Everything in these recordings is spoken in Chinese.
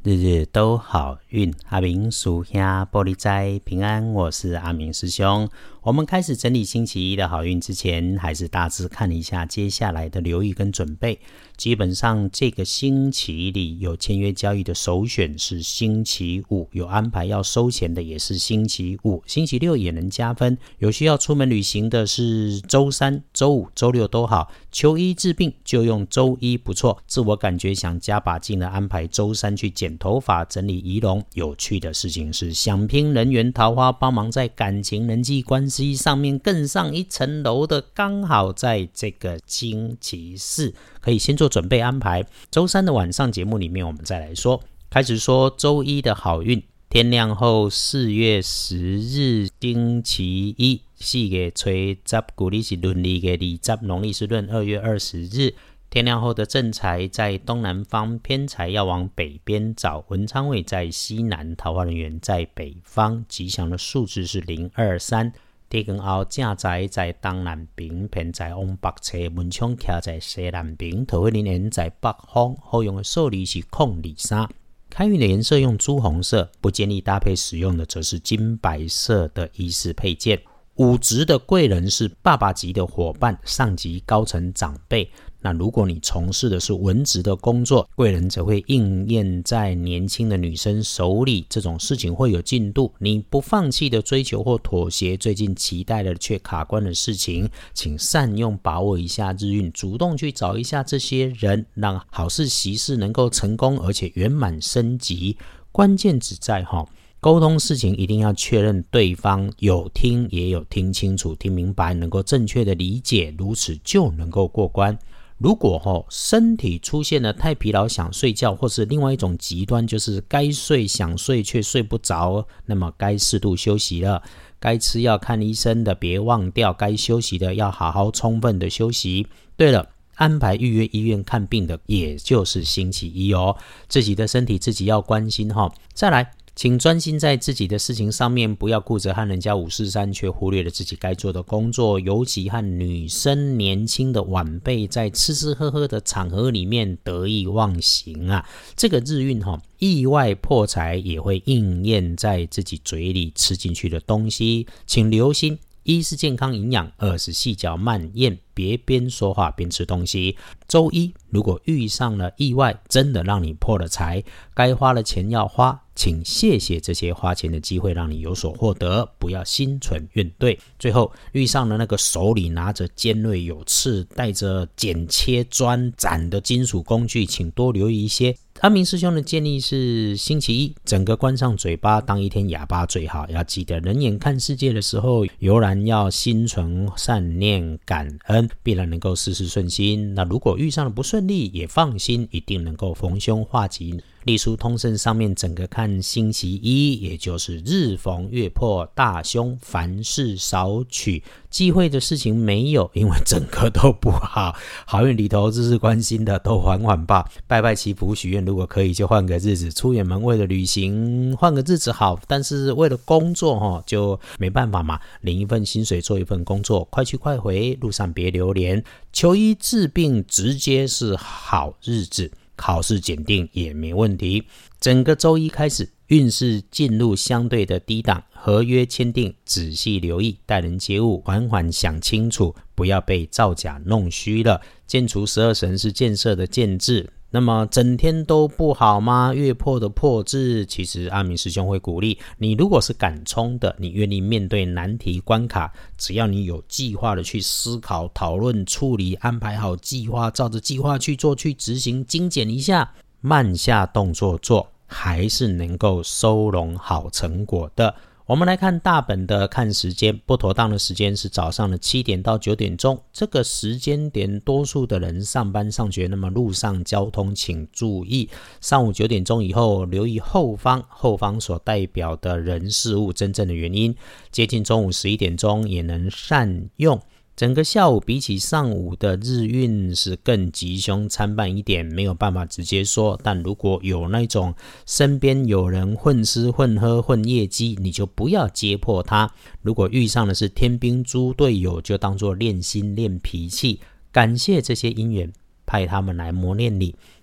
日日都好运，阿明属兄玻璃斋平安，我是阿明师兄。我们开始整理星期一的好运之前，还是大致看一下接下来的留意跟准备。基本上这个星期里有签约交易的首选是星期五，有安排要收钱的也是星期五，星期六也能加分。有需要出门旅行的是周三、周五、周六都好。求医治病就用周一不错，自我感觉想加把劲的安排周三去剪头发、整理仪容。有趣的事情是想拼人缘桃花，帮忙在感情人际关系上面更上一层楼的，刚好在这个星期四，可以先做准备安排。周三的晚上节目里面我们再来说，开始说周一的好运。天亮后4月10日星期一，4月初10，古历是闰历的20，农历是闰2月20日。天亮后的正财在东南方，偏财要往北边找，文昌位在西南，桃花人缘在北方，吉祥的数字是023。地根后正财在东南边，偏财往北侧，文昌徛在西南边，桃花人缘在北方，好用的数字是023。开运的颜色用朱红色，不建议搭配使用的则是金白色的衣饰配件。五职的贵人是爸爸级的伙伴、上级高层长辈。那如果你从事的是文职的工作，贵人则会应验在年轻的女生手里，这种事情会有进度。你不放弃的追求或妥协最近期待的却卡关的事情，请善用把握一下日运，主动去找一下这些人，让好事喜事能够成功而且圆满升级。关键只在沟通事情一定要确认对方有听也有听清楚、听明白，能够正确的理解，如此就能够过关。如果身体出现了太疲劳想睡觉，或是另外一种极端就是该睡想睡却睡不着，那么该适度休息了。该吃药看医生的别忘掉，该休息的要好好充分的休息。对了，安排预约医院看病的也就是星期一哦，自己的身体自己要关心。再来，请专心在自己的事情上面，不要顾着和人家543，却忽略了自己该做的工作。尤其和女生、年轻的晚辈在吃吃喝喝的场合里面得意忘形啊，这个日运意外破财也会应验在自己嘴里吃进去的东西，请留心。一是健康营养，二是细嚼慢咽，别边说话边吃东西。周一如果遇上了意外，真的让你破了财，该花的钱要花，请谢谢这些花钱的机会让你有所获得，不要心存怨怼。最后遇上了那个手里拿着尖锐有刺、带着剪切钻斩的金属工具，请多留意一些。阿明师兄的建议是星期一整个关上嘴巴，当一天哑巴最好。要记得人眼看世界的时候，悠然要心存善念感恩，必然能够事事顺心。那如果遇上了不顺利，也放心，一定能够逢凶化吉。历书通胜上面整个看星期一，也就是日逢月破大凶，凡事少取，忌讳的事情没有，因为整个都不好。好运里头日日关心的都缓缓吧，拜拜祈福许愿，如果可以就换个日子。出远门为了旅行换个日子好，但是为了工作就没办法嘛，领一份薪水做一份工作，快去快回，路上别留连。求医治病直接是好日子，考试检定也没问题。整个周一开始运势进入相对的低档，合约签订仔细留意，待人接物缓缓想清楚，不要被造假弄虚了。建除12神是建设的建制，那么整天都不好吗？月破的破字，其实阿明师兄会鼓励你，如果是敢冲的，你愿意面对难题关卡，只要你有计划的去思考、讨论、处理，安排好计划，照着计划去做、去执行，精简一下，慢下动作做，还是能够收拢好成果的。我们来看大本的看时间，不妥当的时间是早上的7点到9点钟，这个时间点多数的人上班上学，那么路上交通请注意。上午9点钟以后留意后方所代表的人事物真正的原因，接近中午11点钟也能善用。整个下午比起上午的日运是更吉凶参半一点，没有办法直接说，但如果有那种身边有人混吃混喝混业绩，你就不要揭破他。如果遇上的是天兵猪队友，就当作练心练脾气，感谢这些因缘，派他们来磨练你。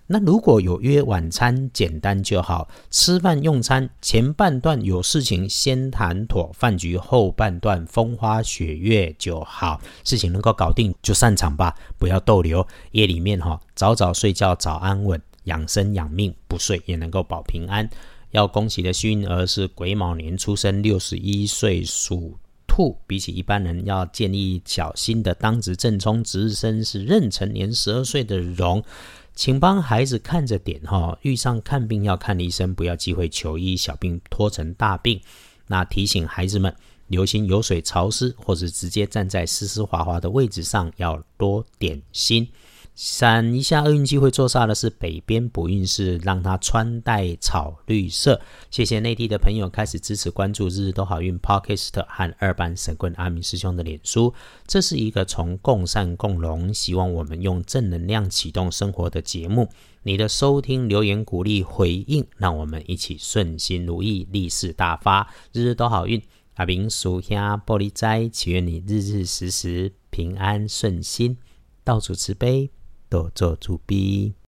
那如果有约晚餐，简单就好。吃饭用餐前半段有事情先谈妥，饭局后半段风花雪月就好。事情能够搞定就散场吧，不要逗留。夜里面早早睡觉早安稳，养生养命，不睡也能够保平安。要恭喜的幸运儿是癸卯年出生61岁属兔，比起一般人要建议小心的当值正冲值日生是壬辰年12岁的龙。请帮孩子看着点遇上看病要看医生，不要忌讳求医，小病拖成大病。那提醒孩子们留心有水潮湿或者直接站在湿湿滑滑的位置上要多点心。闪一下厄运机会坐煞的是北边补运势，让它穿戴草绿色。谢谢内地的朋友开始支持关注日日都好运 Podcast 和二班神棍阿明师兄的脸书，这是一个从共善共荣，希望我们用正能量启动生活的节目。你的收听留言鼓励回应，让我们一起顺心如意，利市大发，日日都好运。阿明属下玻璃斋，祈愿你日日时时平安顺心，到处慈悲，多做主逼。